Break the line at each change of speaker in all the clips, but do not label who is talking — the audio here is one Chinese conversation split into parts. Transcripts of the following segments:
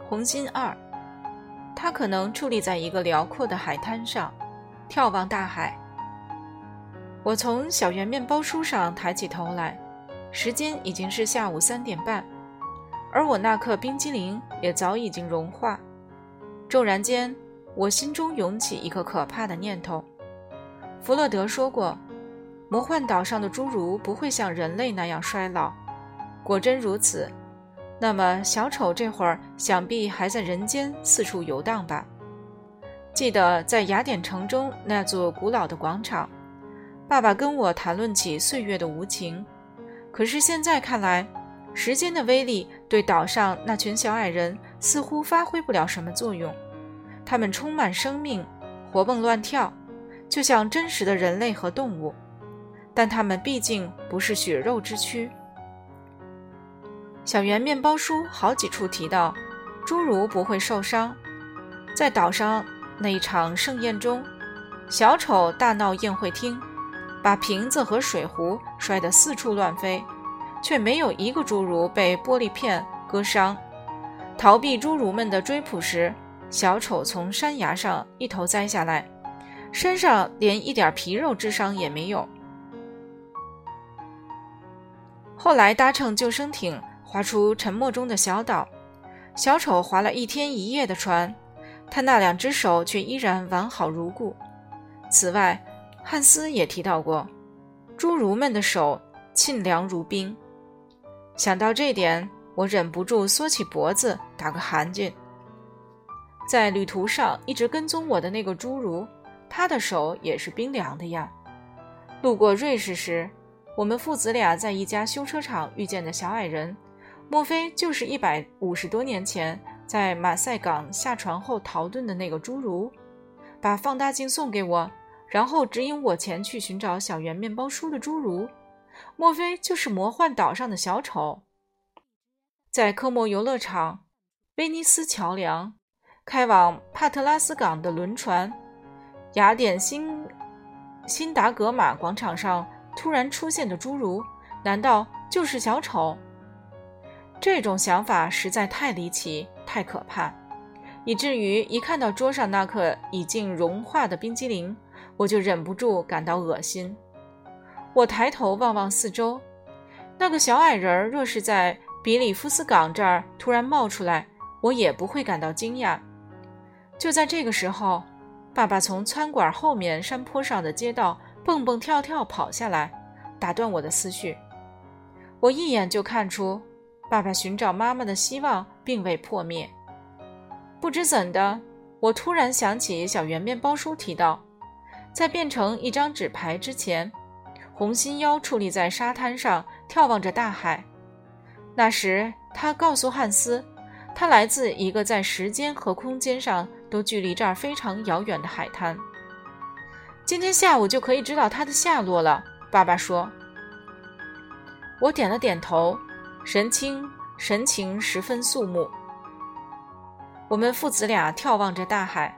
红心2，它可能矗立在一个辽阔的海滩上，眺望大海。我从小圆面包书上抬起头来，时间已经是下午3点半，而我那颗冰激凌也早已经融化。骤然间，我心中涌起一个可怕的念头。弗洛德说过，魔幻岛上的侏儒不会像人类那样衰老。果真如此，那么小丑这会儿想必还在人间四处游荡吧。记得在雅典城中那座古老的广场，爸爸跟我谈论起岁月的无情，可是现在看来，时间的威力对岛上那群小矮人似乎发挥不了什么作用。他们充满生命，活蹦乱跳，就像真实的人类和动物，但他们毕竟不是血肉之躯。小圆面包书好几处提到，侏儒不会受伤。在岛上那一场盛宴中，小丑大闹宴会厅，把瓶子和水壶摔得四处乱飞，却没有一个侏儒被玻璃片割伤。逃避侏儒们的追捕时，小丑从山崖上一头栽下来，身上连一点皮肉之伤也没有。后来搭乘救生艇划出沉默中的小岛，小丑划了1天1夜的船，他那2只手却依然完好如故。此外，汉斯也提到过，侏儒们的手沁凉如冰。想到这点，我忍不住缩起脖子打个寒噤。在旅途上一直跟踪我的那个侏儒，他的手也是冰凉的呀。路过瑞士时，我们父子俩在一家修车厂遇见的小矮人，莫非就是150多年前在马赛港下船后逃遁的那个侏儒？把放大镜送给我，然后指引我前去寻找小圆面包书的侏儒，莫非就是魔幻岛上的小丑？在科摩游乐场、威尼斯桥梁、开往帕特拉斯港的轮船、雅典辛达格玛广场上突然出现的侏儒，难道就是小丑？这种想法实在太离奇，太可怕，以至于一看到桌上那颗已经融化的冰激凌，我就忍不住感到恶心。我抬头望望四周，那个小矮人若是在比里夫斯港这儿突然冒出来，我也不会感到惊讶。就在这个时候，爸爸从餐馆后面山坡上的街道蹦蹦跳跳跑下来，打断我的思绪。我一眼就看出，爸爸寻找妈妈的希望并未破灭。不知怎的，我突然想起小圆面包书提到，在变成一张纸牌之前，红心腰矗立在沙滩上眺望着大海。那时他告诉汉斯，他来自一个在时间和空间上都距离这儿非常遥远的海滩。今天下午就可以知道他的下落了，爸爸说。我点了点头，神情十分肃穆。我们父子俩眺望着大海。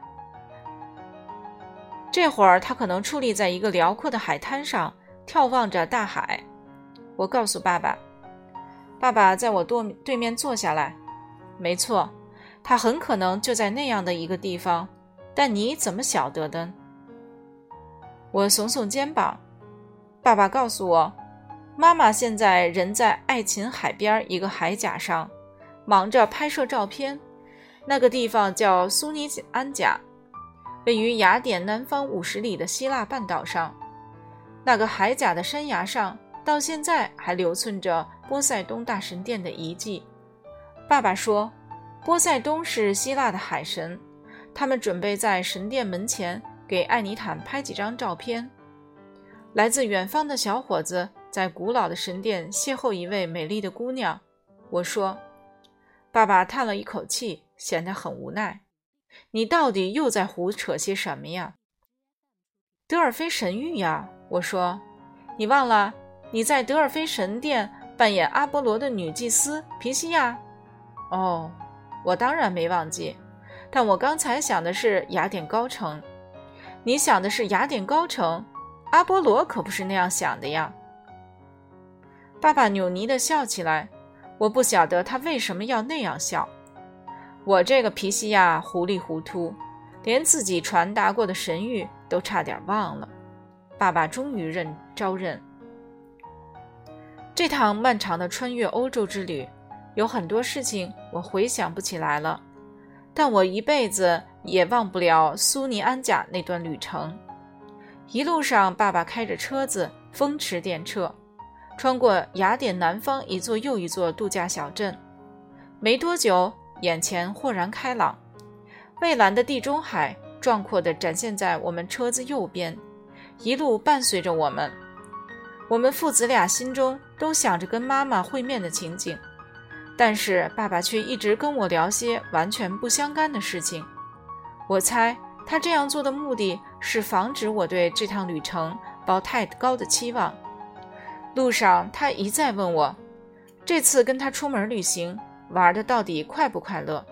这会儿他可能矗立在一个辽阔的海滩上，眺望着大海。我告诉爸爸。爸爸在我对面坐下来。没错，他很可能就在那样的一个地方，但你怎么晓得的？我耸耸肩膀。爸爸告诉我，妈妈现在人在爱琴海边一个海甲上，忙着拍摄照片。那个地方叫苏尼安甲，位于雅典南方50里的希腊半岛上。那个海甲的山崖上，到现在还留存着波塞冬大神殿的遗迹。爸爸说，波塞冬是希腊的海神，他们准备在神殿门前给艾尼坦拍几张照片。来自远方的小伙子在古老的神殿邂逅一位美丽的姑娘。我说。爸爸叹了一口气，显得很无奈。你到底又在胡扯些什么呀？德尔菲神谕呀，我说。你忘了你在德尔菲神殿扮演阿波罗的女祭司皮西亚？哦，我当然没忘记，但我刚才想的是雅典高城。你想的是雅典高城，阿波罗可不是那样想的呀。爸爸扭捏地笑起来，我不晓得他为什么要那样笑。 我这个脾气呀，糊里糊涂，连自己传达过的神谕都差点忘了。爸爸终于招认。这趟漫长的穿越欧洲之旅，有很多事情我回想不起来了，但我一辈子也忘不了苏尼安贾那段旅程。一路上，爸爸开着车子风驰电掣，穿过雅典南方一座又一座度假小镇。没多久，眼前豁然开朗，蔚蓝的地中海壮阔地展现在我们车子右边，一路伴随着我们。我们父子俩心中都想着跟妈妈会面的情景，但是爸爸却一直跟我聊些完全不相干的事情。我猜他这样做的目的是防止我对这趟旅程抱太高的期望。路上他一再问我，这次跟他出门旅行玩的到底快不快乐？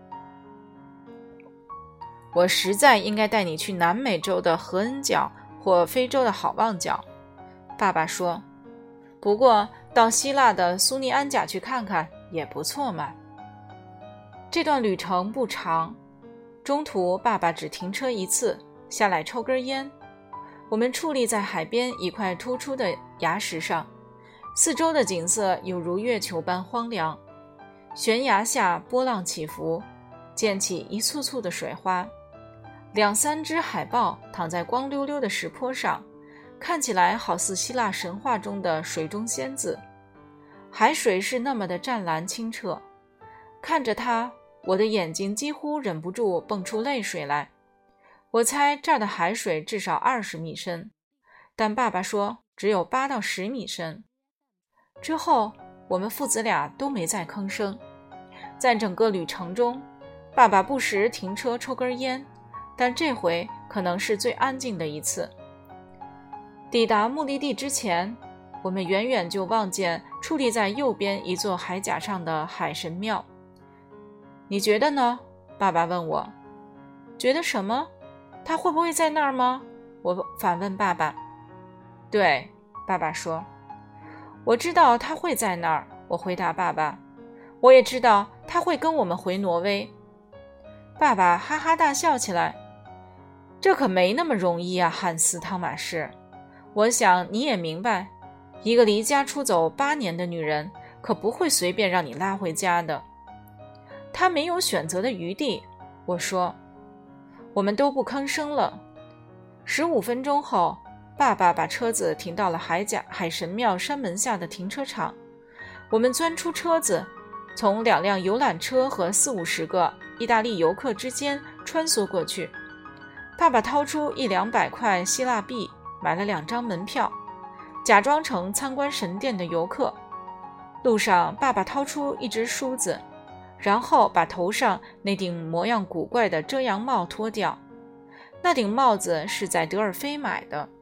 我实在应该带你去南美洲的合恩角或非洲的好望角，爸爸说，不过到希腊的苏尼安贾去看看也不错嘛。这段旅程不长，中途爸爸只停车一次，下来抽根烟。我们矗立在海边一块突出的崖石上，四周的景色有如月球般荒凉，悬崖下波浪起伏，溅起一簇簇的水花。两三只海豹躺在光溜溜的石坡上，看起来好似希腊神话中的水中仙子。海水是那么的湛蓝清澈，看着它，我的眼睛几乎忍不住蹦出泪水来。我猜这儿的海水至少20米深，但爸爸说只有8到10米深。之后我们父子俩都没再吭声。在整个旅程中，爸爸不时停车抽根烟，但这回可能是最安静的一次。抵达目的地之前，我们远远就望见矗立在右边一座海甲上的海神庙。你觉得呢？爸爸问我。觉得什么？他会不会在那儿吗？我反问爸爸。对，爸爸说。我知道他会在那儿，我回答爸爸。我也知道他会跟我们回挪威。爸爸哈哈大笑起来。这可没那么容易啊，汉斯·汤马士。我想你也明白，一个离家出走8年的女人可不会随便让你拉回家的。她没有选择的余地，我说。我们都不吭声了。15分钟后，爸爸把车子停到了海神庙山门下的停车场。我们钻出车子，从2辆游览车和40-50个意大利游客之间穿梭过去。爸爸掏出100-200块希腊币，买了2张门票，假装成参观神殿的游客。路上，爸爸掏出一只梳子，然后把头上那顶模样古怪的遮阳帽脱掉。那顶帽子是在德尔菲买的，